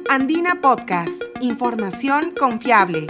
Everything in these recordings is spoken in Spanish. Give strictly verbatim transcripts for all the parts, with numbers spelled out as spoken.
Andina Podcast, información confiable.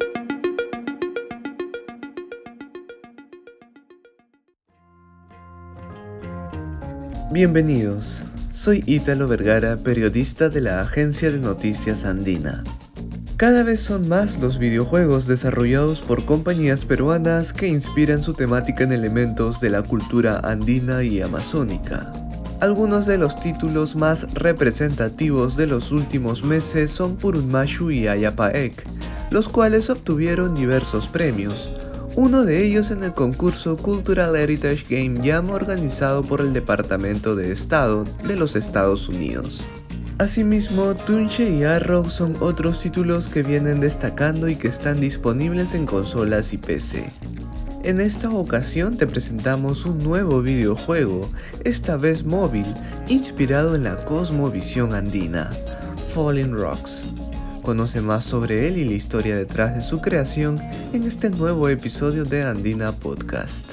Bienvenidos, soy Ítalo Vergara, periodista de la agencia de noticias Andina. Cada vez son más los videojuegos desarrollados por compañías peruanas que inspiran su temática en elementos de la cultura andina y amazónica. Algunos de los títulos más representativos de los últimos meses son Purunmashu y Ayapaek, los cuales obtuvieron diversos premios, uno de ellos en el concurso Cultural Heritage Game Jam organizado por el Departamento de Estado de los Estados Unidos. Asimismo, Tunche y Arrow son otros títulos que vienen destacando y que están disponibles en consolas y P C. En esta ocasión te presentamos un nuevo videojuego, esta vez móvil, inspirado en la cosmovisión andina, Falling Rocks. Conoce más sobre él y la historia detrás de su creación en este nuevo episodio de Andina Podcast.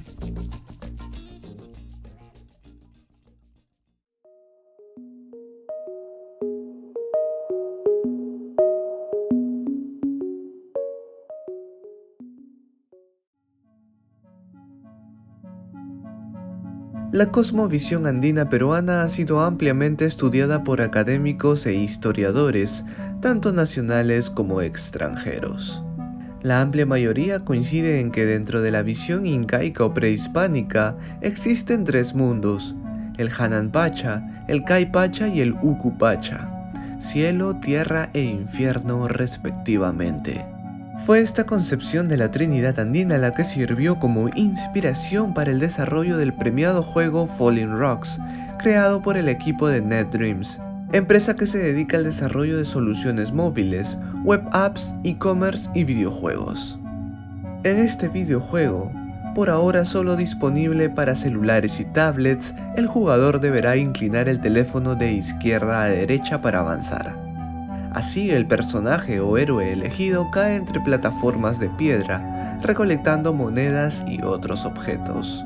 La cosmovisión andina peruana ha sido ampliamente estudiada por académicos e historiadores, tanto nacionales como extranjeros. La amplia mayoría coincide en que dentro de la visión incaica o prehispánica existen tres mundos: el Hananpacha, el Caipacha y el Ucupacha, cielo, tierra e infierno respectivamente. Fue esta concepción de la Trinidad andina la que sirvió como inspiración para el desarrollo del premiado juego Falling Rocks, creado por el equipo de NetDreams, empresa que se dedica al desarrollo de soluciones móviles, web apps, e-commerce y videojuegos. En este videojuego, por ahora solo disponible para celulares y tablets, el jugador deberá inclinar el teléfono de izquierda a derecha para avanzar. Así, el personaje o héroe elegido cae entre plataformas de piedra, recolectando monedas y otros objetos.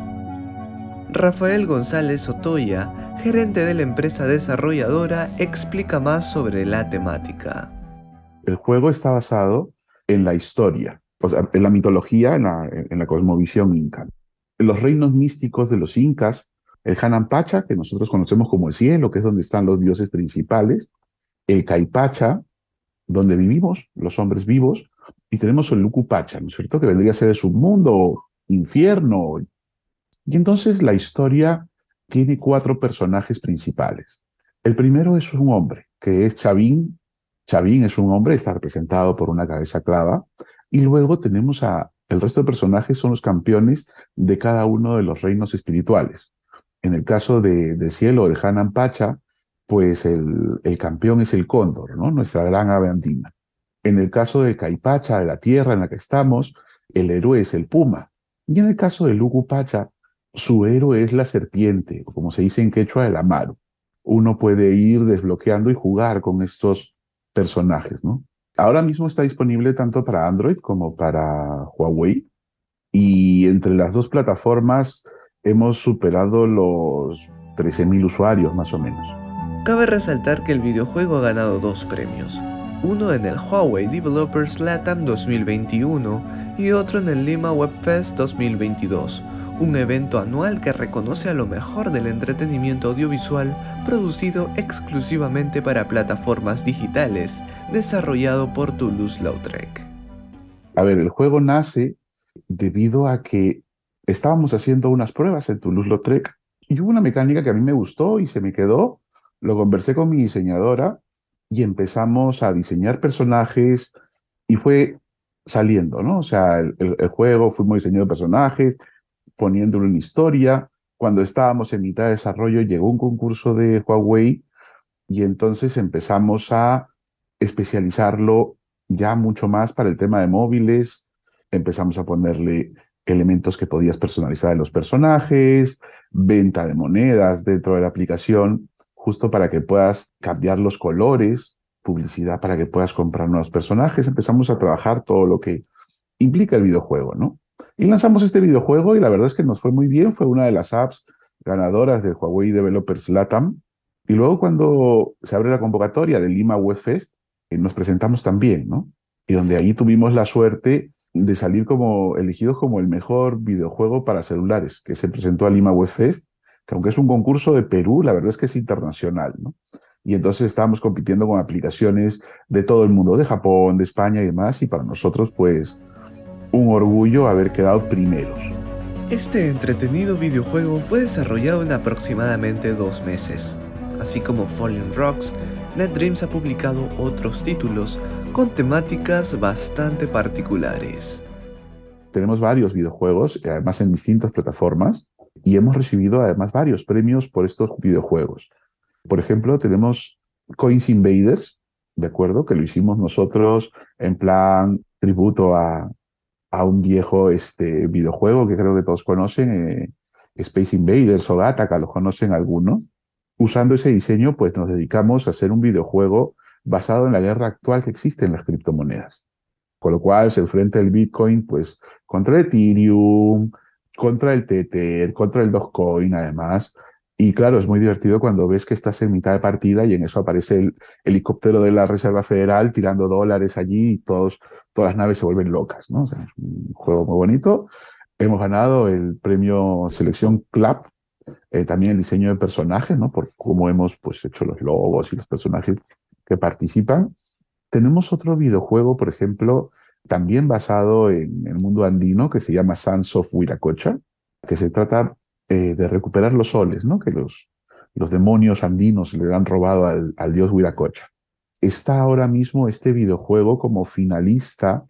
Rafael González Otoya, gerente de la empresa desarrolladora, explica más sobre la temática. El juego está basado en la historia, o sea, en la mitología, en la, en la cosmovisión inca. En los reinos místicos de los incas, el Hananpacha, que nosotros conocemos como el cielo, que es donde están los dioses principales, el Caipacha, donde vivimos los hombres vivos, y tenemos el Ucupacha, ¿no es cierto?, que vendría a ser el submundo, infierno. Y entonces la historia tiene cuatro personajes principales. El primero es un hombre, que es Chavín. Chavín es un hombre, está representado por una cabeza clava, y luego tenemos a, el resto de personajes son los campeones de cada uno de los reinos espirituales. En el caso de, del cielo, del Hananpacha, pues el, el campeón es el cóndor, ¿no?, nuestra gran ave andina. En el caso del Caipacha, de la tierra en la que estamos, el héroe es el puma. Y en el caso del Ucupacha, su héroe es la serpiente, o como se dice en quechua, el amaru. Uno puede ir desbloqueando y jugar con estos personajes, ¿no? Ahora mismo está disponible tanto para Android como para Huawei, y entre las dos plataformas hemos superado los trece mil usuarios más o menos. Cabe resaltar que el videojuego ha ganado dos premios, uno en el Huawei Developers LATAM dos mil veintiuno y otro en el Lima Web Fest dos mil veintidós, un evento anual que reconoce a lo mejor del entretenimiento audiovisual producido exclusivamente para plataformas digitales, desarrollado por Toulouse-Lautrec. A ver, el juego nace debido a que estábamos haciendo unas pruebas en Toulouse-Lautrec y hubo una mecánica que a mí me gustó y se me quedó. Lo conversé con mi diseñadora y empezamos a diseñar personajes y fue saliendo, ¿no? O sea, el, el, el juego, fuimos diseñando personajes, poniéndolo en historia. Cuando estábamos en mitad de desarrollo llegó un concurso de Huawei y entonces empezamos a especializarlo ya mucho más para el tema de móviles. Empezamos a ponerle elementos que podías personalizar en los personajes, venta de monedas dentro de la aplicación, justo para que puedas cambiar los colores, publicidad para que puedas comprar nuevos personajes. Empezamos a trabajar todo lo que implica el videojuego, ¿no? Y lanzamos este videojuego y la verdad es que nos fue muy bien. Fue una de las apps ganadoras del Huawei Developers LATAM Y luego cuando se abre la convocatoria del Lima West Fest, eh, nos presentamos también, ¿no? Y donde ahí tuvimos la suerte de salir como elegidos como el mejor videojuego para celulares, que se presentó a Lima West Fest, que aunque es un concurso de Perú, la verdad es que es internacional, ¿no? Y entonces estábamos compitiendo con aplicaciones de todo el mundo, de Japón, de España y demás, y para nosotros, pues, un orgullo haber quedado primeros. Este entretenido videojuego fue desarrollado en aproximadamente dos meses. Así como Falling Rocks, NetDreams ha publicado otros títulos con temáticas bastante particulares. Tenemos varios videojuegos, además en distintas plataformas, y hemos recibido además varios premios por estos videojuegos. Por ejemplo, tenemos Coins Invaders, ¿de acuerdo? Que lo hicimos nosotros en plan tributo a, a un viejo este, videojuego que creo que todos conocen, eh, Space Invaders o Gattaca, lo conocen algunos. Usando ese diseño, pues nos dedicamos a hacer un videojuego basado en la guerra actual que existe en las criptomonedas. Con lo cual se enfrenta el Bitcoin pues contra Ethereum, contra el Tether, contra el Dogecoin además. Y claro, es muy divertido cuando ves que estás en mitad de partida y en eso aparece el helicóptero de la Reserva Federal tirando dólares allí y todos, todas las naves se vuelven locas, ¿no? O sea, es un juego muy bonito. Hemos ganado el premio Selección Club, eh, también el diseño de personajes, ¿no? Por cómo hemos pues, hecho los logos y los personajes que participan. Tenemos otro videojuego, por ejemplo, también basado en el mundo andino, que se llama Sands of Wiracocha, que se trata eh, de recuperar los soles, ¿no? Que los, los demonios andinos le han robado al, al dios Wiracocha. Está ahora mismo este videojuego como finalista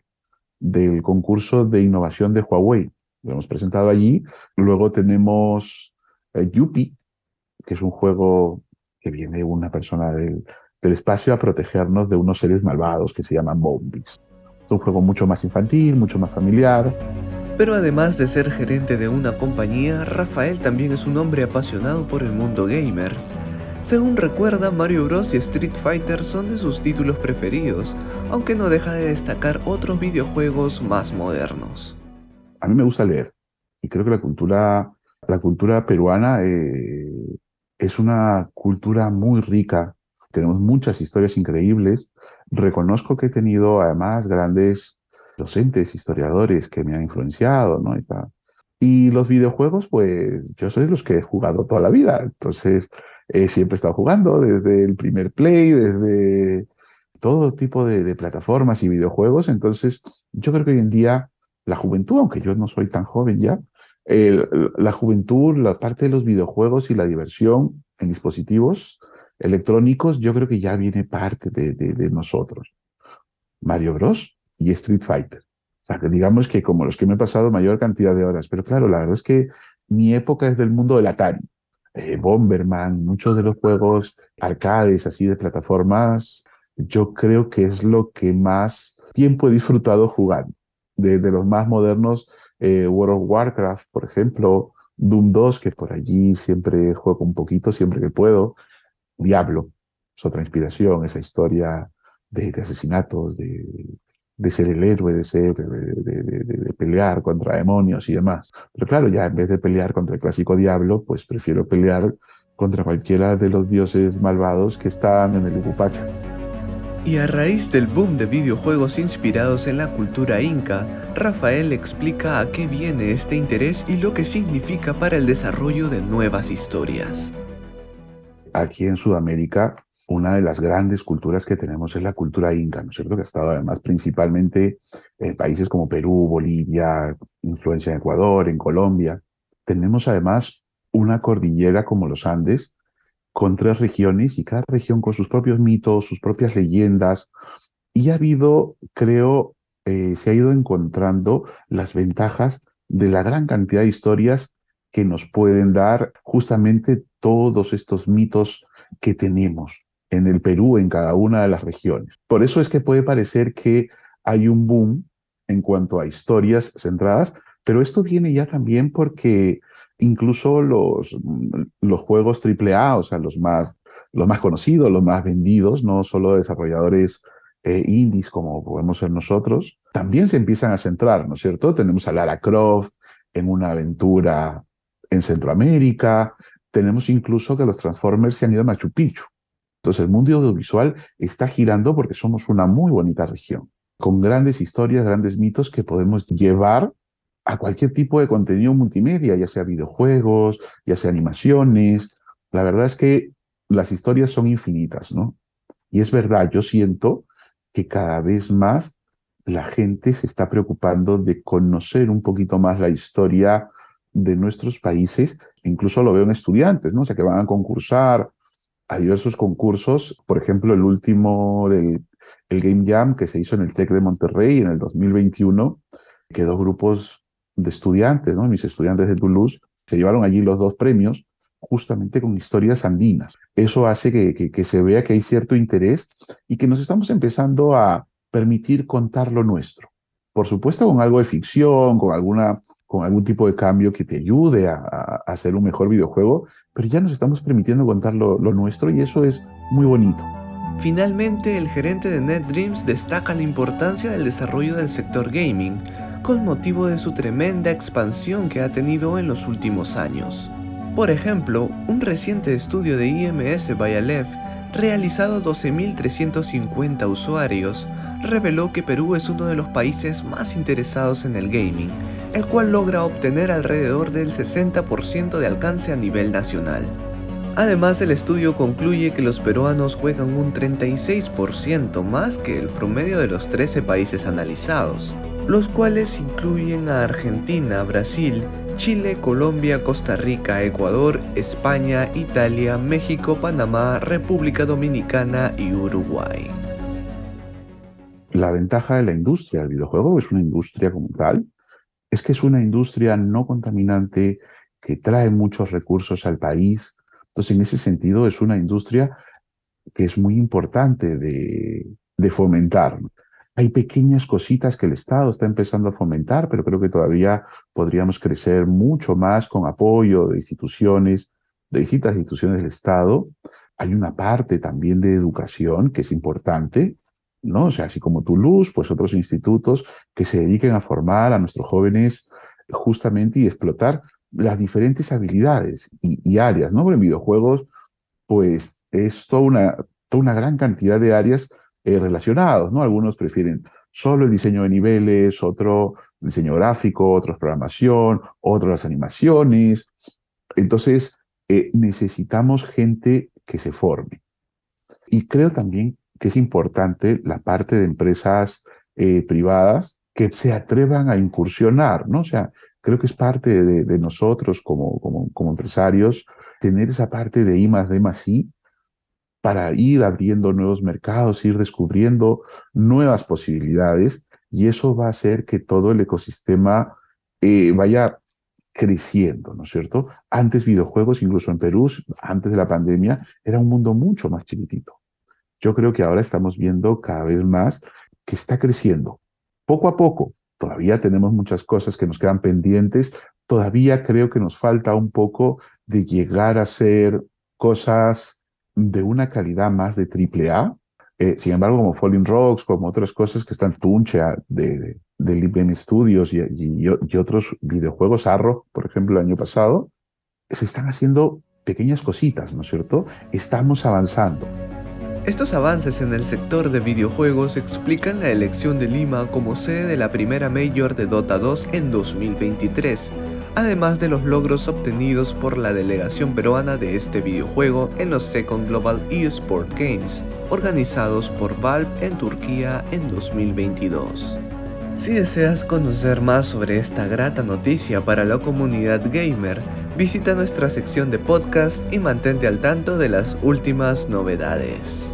del concurso de innovación de Huawei. Lo hemos presentado allí. Luego tenemos eh, Yuppie, que es un juego que viene una persona del, del espacio a protegernos de unos seres malvados que se llaman zombies. Es un juego mucho más infantil, mucho más familiar. Pero además de ser gerente de una compañía, Rafael también es un hombre apasionado por el mundo gamer. Según recuerda, Mario Bros y Street Fighter son de sus títulos preferidos, aunque no deja de destacar otros videojuegos más modernos. A mí me gusta leer y creo que la cultura, la cultura peruana eh, es una cultura muy rica. Tenemos muchas historias increíbles. Reconozco que he tenido además grandes docentes, historiadores que me han influenciado, ¿no? Y, tal. Y los videojuegos, pues yo soy de los que he jugado toda la vida. Entonces, eh, siempre he estado jugando desde el primer Play, desde todo tipo de, de plataformas y videojuegos. Entonces, yo creo que hoy en día la juventud, aunque yo no soy tan joven ya, el, la juventud, la parte de los videojuegos y la diversión en dispositivos electrónicos, yo creo que ya viene parte de, de, de nosotros. Mario Bros. Y Street Fighter. O sea, que digamos que como los que me he pasado mayor cantidad de horas. Pero claro, la verdad es que mi época es del mundo del Atari. Eh, Bomberman, muchos de los juegos arcades así de plataformas, yo creo que es lo que más tiempo he disfrutado jugando. De, de los más modernos, eh, World of Warcraft, por ejemplo, Doom dos, que por allí siempre juego un poquito, siempre que puedo. Diablo, es otra inspiración, esa historia de, de asesinatos, de, de ser el héroe, de ser, de, de, de, de pelear contra demonios y demás. Pero claro, ya en vez de pelear contra el clásico Diablo, pues prefiero pelear contra cualquiera de los dioses malvados que están en el Urupacha. Y a raíz del boom de videojuegos inspirados en la cultura inca, Rafael explica a qué viene este interés y lo que significa para el desarrollo de nuevas historias. Aquí en Sudamérica, una de las grandes culturas que tenemos es la cultura inca, ¿no es cierto? Que ha estado además principalmente en países como Perú, Bolivia, influencia en Ecuador, en Colombia. Tenemos además una cordillera como los Andes, con tres regiones y cada región con sus propios mitos, sus propias leyendas. Y ha habido, creo, eh, se ha ido encontrando las ventajas de la gran cantidad de historias que nos pueden dar justamente todos estos mitos que tenemos en el Perú, en cada una de las regiones. Por eso es que puede parecer que hay un boom en cuanto a historias centradas, pero esto viene ya también porque incluso los, los juegos triple A, o sea, los más, los más conocidos, los más vendidos, no solo desarrolladores eh, indies como podemos ser nosotros, también se empiezan a centrar, ¿no es cierto? Tenemos a Lara Croft en una aventura en Centroamérica, tenemos incluso que los Transformers se han ido a Machu Picchu. Entonces el mundo audiovisual está girando porque somos una muy bonita región, con grandes historias, grandes mitos que podemos llevar a cualquier tipo de contenido multimedia, ya sea videojuegos, ya sea animaciones. La verdad es que las historias son infinitas, ¿no? Y es verdad, yo siento que cada vez más la gente se está preocupando de conocer un poquito más la historia de nuestros países. Incluso lo veo en estudiantes, ¿no? O sea, que van a concursar a diversos concursos. Por ejemplo, el último del el Game Jam que se hizo en el TEC de Monterrey en el dos mil veintiuno, que dos grupos de estudiantes, ¿no? Mis estudiantes de Toulouse, se llevaron allí los dos premios justamente con historias andinas. Eso hace que, que, que se vea que hay cierto interés y que nos estamos empezando a permitir contar lo nuestro. Por supuesto, con algo de ficción, con, alguna, con algún tipo de cambio que te ayude a, a hacer un mejor videojuego, pero ya nos estamos permitiendo contar lo, lo nuestro y eso es muy bonito. Finalmente, el gerente de NetDreams destaca la importancia del desarrollo del sector gaming, con motivo de su tremenda expansión que ha tenido en los últimos años. Por ejemplo, un reciente estudio de I M S by Aleph, realizado a doce mil trescientos cincuenta usuarios, reveló que Perú es uno de los países más interesados en el gaming, el cual logra obtener alrededor del sesenta por ciento de alcance a nivel nacional. Además, el estudio concluye que los peruanos juegan un treinta y seis por ciento más que el promedio de los trece países analizados, los cuales incluyen a Argentina, Brasil, Chile, Colombia, Costa Rica, Ecuador, España, Italia, México, Panamá, República Dominicana y Uruguay. La ventaja de la industria del videojuego, es una industria como tal, es que es una industria no contaminante que trae muchos recursos al país. Entonces, en ese sentido, es una industria que es muy importante de, de fomentar. Hay pequeñas cositas que el Estado está empezando a fomentar, pero creo que todavía podríamos crecer mucho más con apoyo de instituciones, de distintas instituciones del Estado. Hay una parte también de educación que es importante, ¿no? O sea, así como Toulouse, pues otros institutos que se dediquen a formar a nuestros jóvenes justamente y explotar las diferentes habilidades y, y áreas, ¿no? Porque en videojuegos, pues es toda una, toda una gran cantidad de áreas eh, relacionadas, ¿no? Algunos prefieren solo el diseño de niveles, otro diseño gráfico, otros programación, otros las animaciones. Entonces, eh, necesitamos gente que se forme. Y creo también que es importante la parte de empresas eh, privadas que se atrevan a incursionar, ¿no? O sea, creo que es parte de, de nosotros como, como, como empresarios tener esa parte de I más D más I para ir abriendo nuevos mercados, ir descubriendo nuevas posibilidades, y eso va a hacer que todo el ecosistema eh, vaya creciendo, ¿no es cierto? Antes videojuegos, incluso en Perú, antes de la pandemia, era un mundo mucho más chiquitito. Yo creo que ahora estamos viendo cada vez más que está creciendo. Poco a poco, todavía tenemos muchas cosas que nos quedan pendientes, todavía creo que nos falta un poco de llegar a hacer cosas de una calidad más de triple A. Eh, sin embargo, como Falling Rocks, como otras cosas que están Tunche de, de, de Lipen Studios y, y, y otros videojuegos, Arrow, por ejemplo, el año pasado, se están haciendo pequeñas cositas, ¿no es cierto? Estamos avanzando. Estos avances en el sector de videojuegos explican la elección de Lima como sede de la primera Major de Dota dos en dos mil veintitrés, además de los logros obtenidos por la delegación peruana de este videojuego en los Second Global eSport Games, organizados por Valve en Turquía en dos mil veintidós. Si deseas conocer más sobre esta grata noticia para la comunidad gamer, visita nuestra sección de podcast y mantente al tanto de las últimas novedades.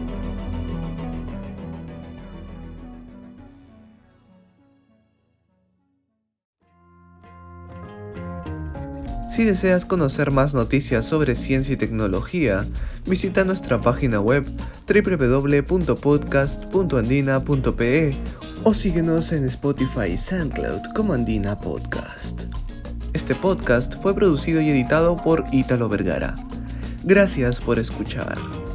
Si deseas conocer más noticias sobre ciencia y tecnología, visita nuestra página web doble u doble u doble u punto podcast punto andina punto pe o síguenos en Spotify y SoundCloud como Andina Podcast. Este podcast fue producido y editado por Ítalo Vergara. Gracias por escuchar.